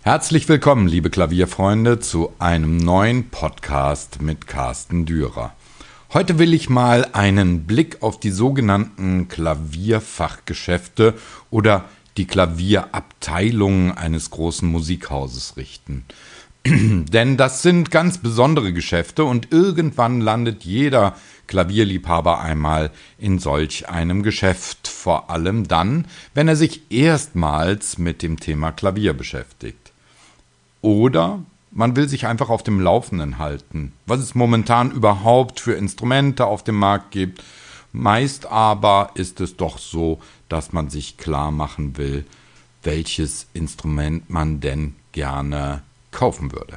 Herzlich willkommen, liebe Klavierfreunde, zu einem neuen Podcast mit Carsten Dürer. Heute will ich mal einen Blick auf die sogenannten Klavierfachgeschäfte oder die Klavierabteilungen eines großen Musikhauses richten. Denn das sind ganz besondere Geschäfte und irgendwann landet jeder Klavierliebhaber einmal in solch einem Geschäft, vor allem dann, wenn er sich erstmals mit dem Thema Klavier beschäftigt. Oder man will sich einfach auf dem Laufenden halten, was es momentan überhaupt für Instrumente auf dem Markt gibt. Meist aber ist es doch so, dass man sich klar machen will, welches Instrument man denn gerne kaufen würde.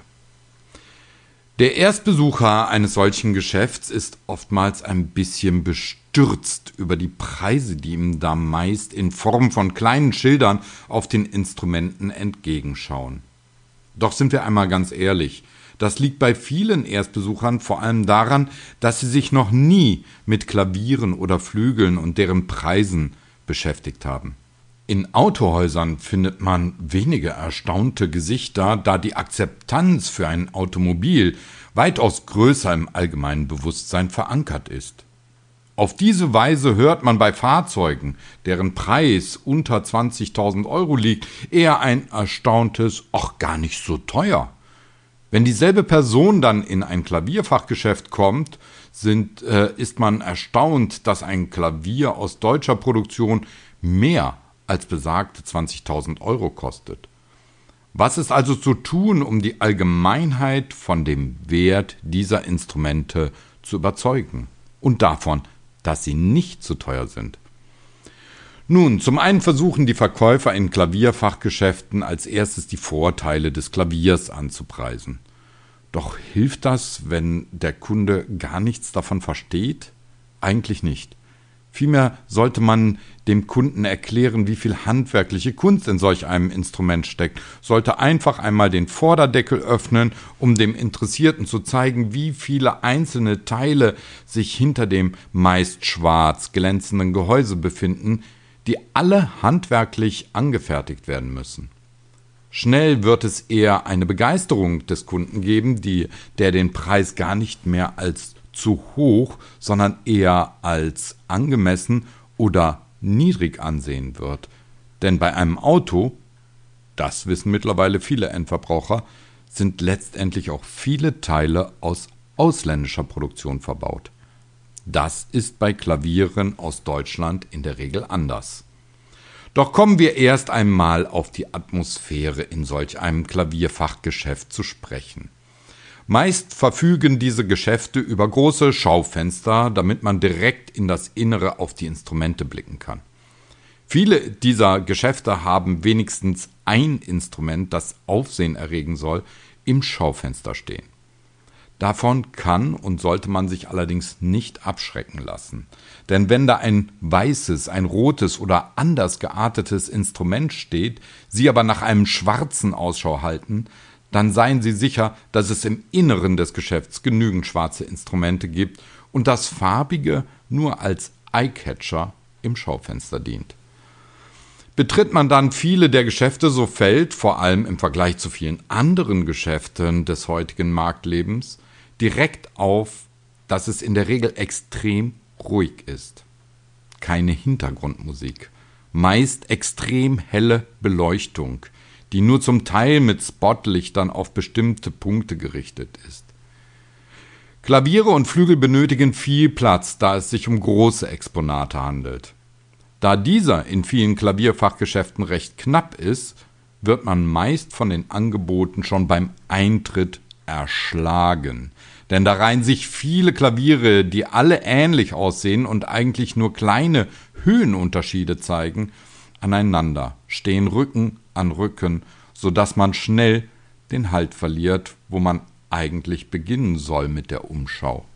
Der Erstbesucher eines solchen Geschäfts ist oftmals ein bisschen bestürzt über die Preise, die ihm da meist in Form von kleinen Schildern auf den Instrumenten entgegenschauen. Doch sind wir einmal ganz ehrlich, das liegt bei vielen Erstbesuchern vor allem daran, dass sie sich noch nie mit Klavieren oder Flügeln und deren Preisen beschäftigt haben. In Autohäusern findet man wenige erstaunte Gesichter, da die Akzeptanz für ein Automobil weitaus größer im allgemeinen Bewusstsein verankert ist. Auf diese Weise hört man bei Fahrzeugen, deren Preis unter 20.000 Euro liegt, eher ein erstauntes »ach, gar nicht so teuer«. Wenn dieselbe Person dann in ein Klavierfachgeschäft kommt, ist man erstaunt, dass ein Klavier aus deutscher Produktion mehr als besagte 20.000 Euro kostet. Was ist also zu tun, um die Allgemeinheit von dem Wert dieser Instrumente zu überzeugen und davon, dass sie nicht zu teuer sind? Nun, zum einen versuchen die Verkäufer in Klavierfachgeschäften als erstes die Vorteile des Klaviers anzupreisen. Doch hilft das, wenn der Kunde gar nichts davon versteht? Eigentlich nicht. Vielmehr sollte man dem Kunden erklären, wie viel handwerkliche Kunst in solch einem Instrument steckt, sollte einfach einmal den Vorderdeckel öffnen, um dem Interessierten zu zeigen, wie viele einzelne Teile sich hinter dem meist schwarz glänzenden Gehäuse befinden, die alle handwerklich angefertigt werden müssen. Schnell wird es eher eine Begeisterung des Kunden geben, der den Preis gar nicht mehr als zu hoch, sondern eher als angemessen oder niedrig ansehen wird. Denn bei einem Auto, das wissen mittlerweile viele Endverbraucher, sind letztendlich auch viele Teile aus ausländischer Produktion verbaut. Das ist bei Klavieren aus Deutschland in der Regel anders. Doch kommen wir erst einmal auf die Atmosphäre in solch einem Klavierfachgeschäft zu sprechen. Meist verfügen diese Geschäfte über große Schaufenster, damit man direkt in das Innere auf die Instrumente blicken kann. Viele dieser Geschäfte haben wenigstens ein Instrument, das Aufsehen erregen soll, im Schaufenster stehen. Davon kann und sollte man sich allerdings nicht abschrecken lassen. Denn wenn da ein weißes, ein rotes oder anders geartetes Instrument steht, Sie aber nach einem schwarzen Ausschau halten, dann seien Sie sicher, dass es im Inneren des Geschäfts genügend schwarze Instrumente gibt und das Farbige nur als Eyecatcher im Schaufenster dient. Betritt man dann viele der Geschäfte, so fällt, vor allem im Vergleich zu vielen anderen Geschäften des heutigen Marktlebens, direkt auf, dass es in der Regel extrem ruhig ist. Keine Hintergrundmusik, meist extrem helle Beleuchtung, die nur zum Teil mit Spotlichtern auf bestimmte Punkte gerichtet ist. Klaviere und Flügel benötigen viel Platz, da es sich um große Exponate handelt. Da dieser in vielen Klavierfachgeschäften recht knapp ist, wird man meist von den Angeboten schon beim Eintritt erschlagen. Denn da reihen sich viele Klaviere, die alle ähnlich aussehen und eigentlich nur kleine Höhenunterschiede zeigen, aneinander, stehen Rücken an Rücken, sodass man schnell den Halt verliert, wo man eigentlich beginnen soll mit der Umschau.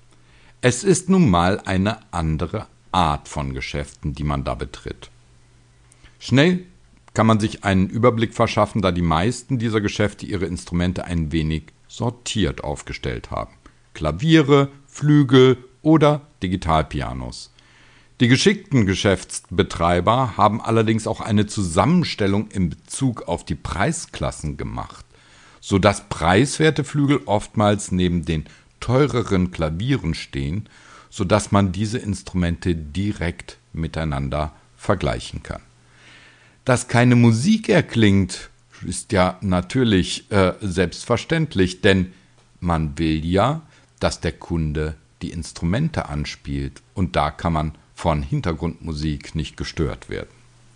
Es ist nun mal eine andere Art von Geschäften, die man da betritt. Schnell kann man sich einen Überblick verschaffen, da die meisten dieser Geschäfte ihre Instrumente ein wenig sortiert aufgestellt haben. Klaviere, Flügel oder Digitalpianos. Die geschickten Geschäftsbetreiber haben allerdings auch eine Zusammenstellung in Bezug auf die Preisklassen gemacht, sodass preiswerte Flügel oftmals neben den teureren Klavieren stehen, sodass man diese Instrumente direkt miteinander vergleichen kann. Dass keine Musik erklingt, ist ja natürlich selbstverständlich, denn man will ja, dass der Kunde die Instrumente anspielt und da kann man von Hintergrundmusik nicht gestört werden.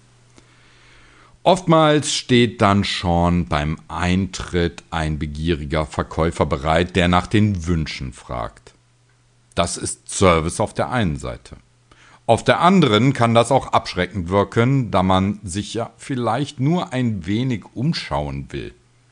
Oftmals steht dann schon beim Eintritt ein begieriger Verkäufer bereit, der nach den Wünschen fragt. Das ist Service auf der einen Seite. Auf der anderen kann das auch abschreckend wirken, da man sich ja vielleicht nur ein wenig umschauen will.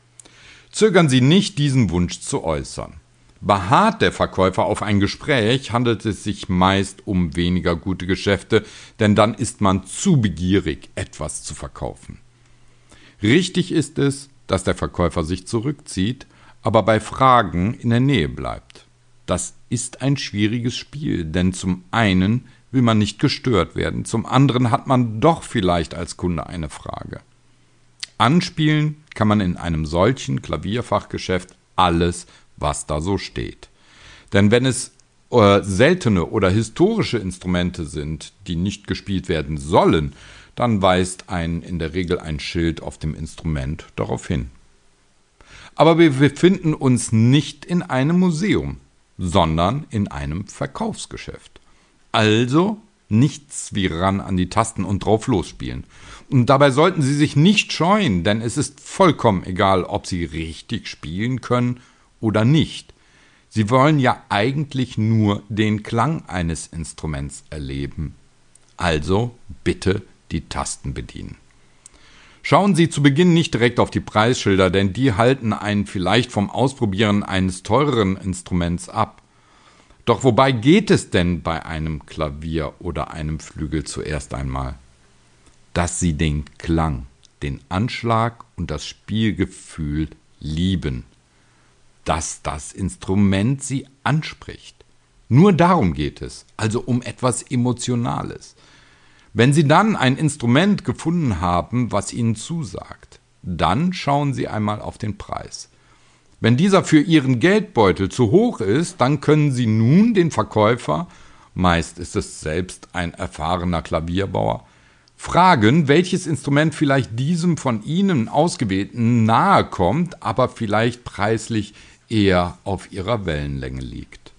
Zögern Sie nicht, diesen Wunsch zu äußern. Beharrt der Verkäufer auf ein Gespräch, handelt es sich meist um weniger gute Geschäfte, denn dann ist man zu begierig, etwas zu verkaufen. Richtig ist es, dass der Verkäufer sich zurückzieht, aber bei Fragen in der Nähe bleibt. Das ist ein schwieriges Spiel, denn zum einen will man nicht gestört werden, zum anderen hat man doch vielleicht als Kunde eine Frage. Anspielen kann man in einem solchen Klavierfachgeschäft alles, was da so steht. Denn wenn es seltene oder historische Instrumente sind, die nicht gespielt werden sollen, dann weist in der Regel ein Schild auf dem Instrument darauf hin. Aber wir befinden uns nicht in einem Museum, sondern in einem Verkaufsgeschäft. Also nichts wie ran an die Tasten und drauf losspielen. Und dabei sollten Sie sich nicht scheuen, denn es ist vollkommen egal, ob Sie richtig spielen können oder nicht. Sie wollen ja eigentlich nur den Klang eines Instruments erleben. Also bitte die Tasten bedienen. Schauen Sie zu Beginn nicht direkt auf die Preisschilder, denn die halten einen vielleicht vom Ausprobieren eines teureren Instruments ab. Doch wobei geht es denn bei einem Klavier oder einem Flügel zuerst einmal? Dass Sie den Klang, den Anschlag und das Spielgefühl lieben. Dass das Instrument Sie anspricht. Nur darum geht es, also um etwas Emotionales. Wenn Sie dann ein Instrument gefunden haben, was Ihnen zusagt, dann schauen Sie einmal auf den Preis. Wenn dieser für Ihren Geldbeutel zu hoch ist, dann können Sie nun den Verkäufer, meist ist es selbst ein erfahrener Klavierbauer, fragen, welches Instrument vielleicht diesem von Ihnen ausgewählten nahe kommt, aber vielleicht preislich eher auf Ihrer Wellenlänge liegt.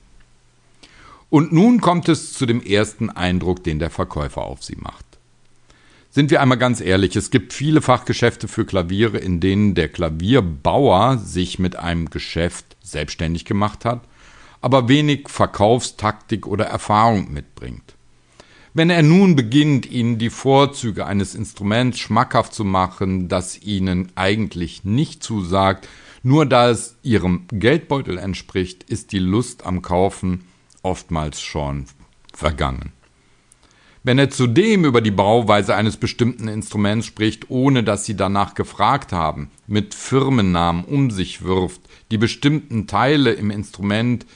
Und nun kommt es zu dem ersten Eindruck, den der Verkäufer auf Sie macht. Sind wir einmal ganz ehrlich, es gibt viele Fachgeschäfte für Klaviere, in denen der Klavierbauer sich mit einem Geschäft selbstständig gemacht hat, aber wenig Verkaufstaktik oder Erfahrung mitbringt. Wenn er nun beginnt, Ihnen die Vorzüge eines Instruments schmackhaft zu machen, das Ihnen eigentlich nicht zusagt, nur da es Ihrem Geldbeutel entspricht, ist die Lust am Kaufen oftmals schon vergangen. Wenn er zudem über die Bauweise eines bestimmten Instruments spricht, ohne dass Sie danach gefragt haben, mit Firmennamen um sich wirft, die bestimmten Teile im Instrument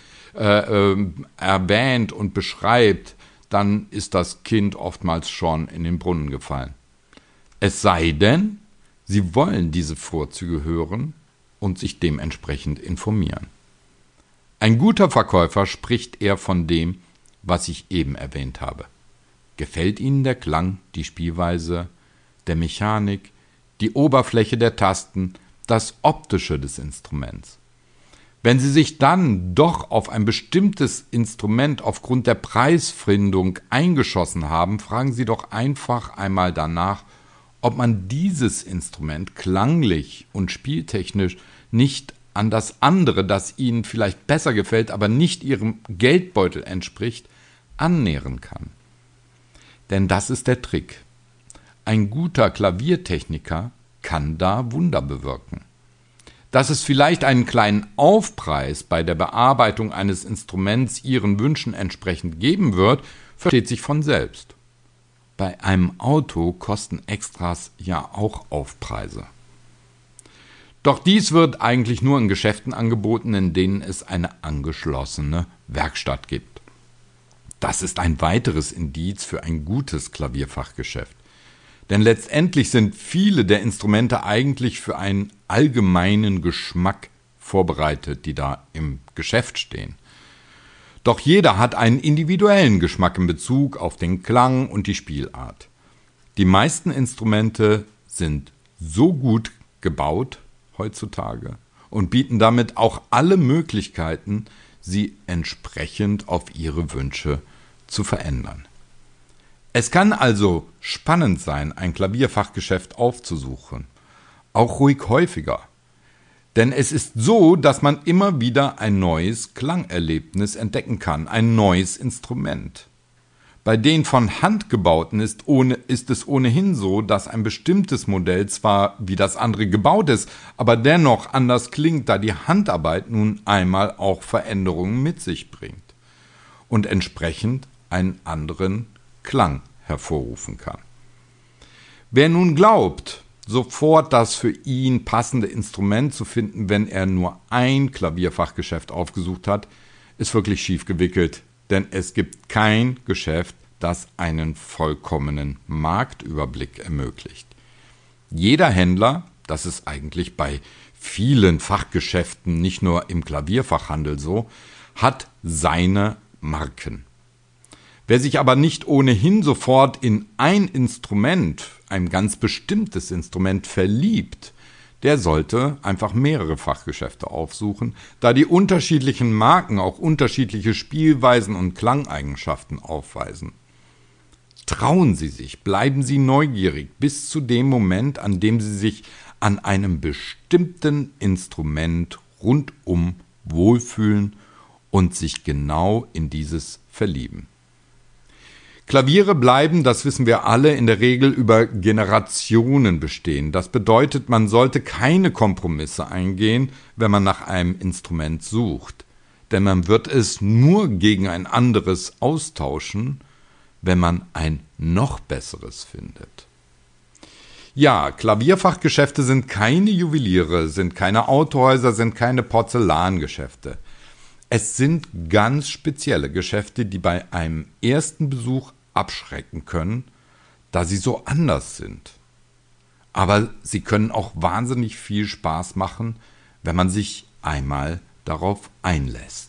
erwähnt und beschreibt, dann ist das Kind oftmals schon in den Brunnen gefallen. Es sei denn, Sie wollen diese Vorzüge hören und sich dementsprechend informieren. Ein guter Verkäufer spricht eher von dem, was ich eben erwähnt habe. Gefällt Ihnen der Klang, die Spielweise, der Mechanik, die Oberfläche der Tasten, das Optische des Instruments? Wenn Sie sich dann doch auf ein bestimmtes Instrument aufgrund der Preisfindung eingeschossen haben, fragen Sie doch einfach einmal danach, ob man dieses Instrument klanglich und spieltechnisch nicht an das andere, das Ihnen vielleicht besser gefällt, aber nicht Ihrem Geldbeutel entspricht, annähern kann. Denn das ist der Trick. Ein guter Klaviertechniker kann da Wunder bewirken. Dass es vielleicht einen kleinen Aufpreis bei der Bearbeitung eines Instruments Ihren Wünschen entsprechend geben wird, versteht sich von selbst. Bei einem Auto kosten Extras ja auch Aufpreise. Doch dies wird eigentlich nur in Geschäften angeboten, in denen es eine angeschlossene Werkstatt gibt. Das ist ein weiteres Indiz für ein gutes Klavierfachgeschäft. Denn letztendlich sind viele der Instrumente eigentlich für einen allgemeinen Geschmack vorbereitet, die da im Geschäft stehen. Doch jeder hat einen individuellen Geschmack in Bezug auf den Klang und die Spielart. Die meisten Instrumente sind so gut gebaut heutzutage und bieten damit auch alle Möglichkeiten, sie entsprechend auf ihre Wünsche zu verändern. Es kann also spannend sein, ein Klavierfachgeschäft aufzusuchen, auch ruhig häufiger. Denn es ist so, dass man immer wieder ein neues Klangerlebnis entdecken kann, ein neues Instrument. Bei den von Hand gebauten ist es ohnehin so, dass ein bestimmtes Modell zwar wie das andere gebaut ist, aber dennoch anders klingt, da die Handarbeit nun einmal auch Veränderungen mit sich bringt und entsprechend einen anderen Klang hervorrufen kann. Wer nun glaubt, sofort das für ihn passende Instrument zu finden, wenn er nur ein Klavierfachgeschäft aufgesucht hat, ist wirklich schief gewickelt, denn es gibt kein Geschäft, das einen vollkommenen Marktüberblick ermöglicht. Jeder Händler, das ist eigentlich bei vielen Fachgeschäften, nicht nur im Klavierfachhandel so, hat seine Marken. Wer sich aber nicht ohnehin sofort in ein Instrument, ein ganz bestimmtes Instrument verliebt, der sollte einfach mehrere Fachgeschäfte aufsuchen, da die unterschiedlichen Marken auch unterschiedliche Spielweisen und Klangeigenschaften aufweisen. Trauen Sie sich, bleiben Sie neugierig bis zu dem Moment, an dem Sie sich an einem bestimmten Instrument rundum wohlfühlen und sich genau in dieses verlieben. Klaviere bleiben, das wissen wir alle, in der Regel über Generationen bestehen. Das bedeutet, man sollte keine Kompromisse eingehen, wenn man nach einem Instrument sucht. Denn man wird es nur gegen ein anderes austauschen, wenn man ein noch besseres findet. Ja, Klavierfachgeschäfte sind keine Juweliere, sind keine Autohäuser, sind keine Porzellangeschäfte. Es sind ganz spezielle Geschäfte, die bei einem ersten Besuch abschrecken können, da sie so anders sind. Aber sie können auch wahnsinnig viel Spaß machen, wenn man sich einmal darauf einlässt.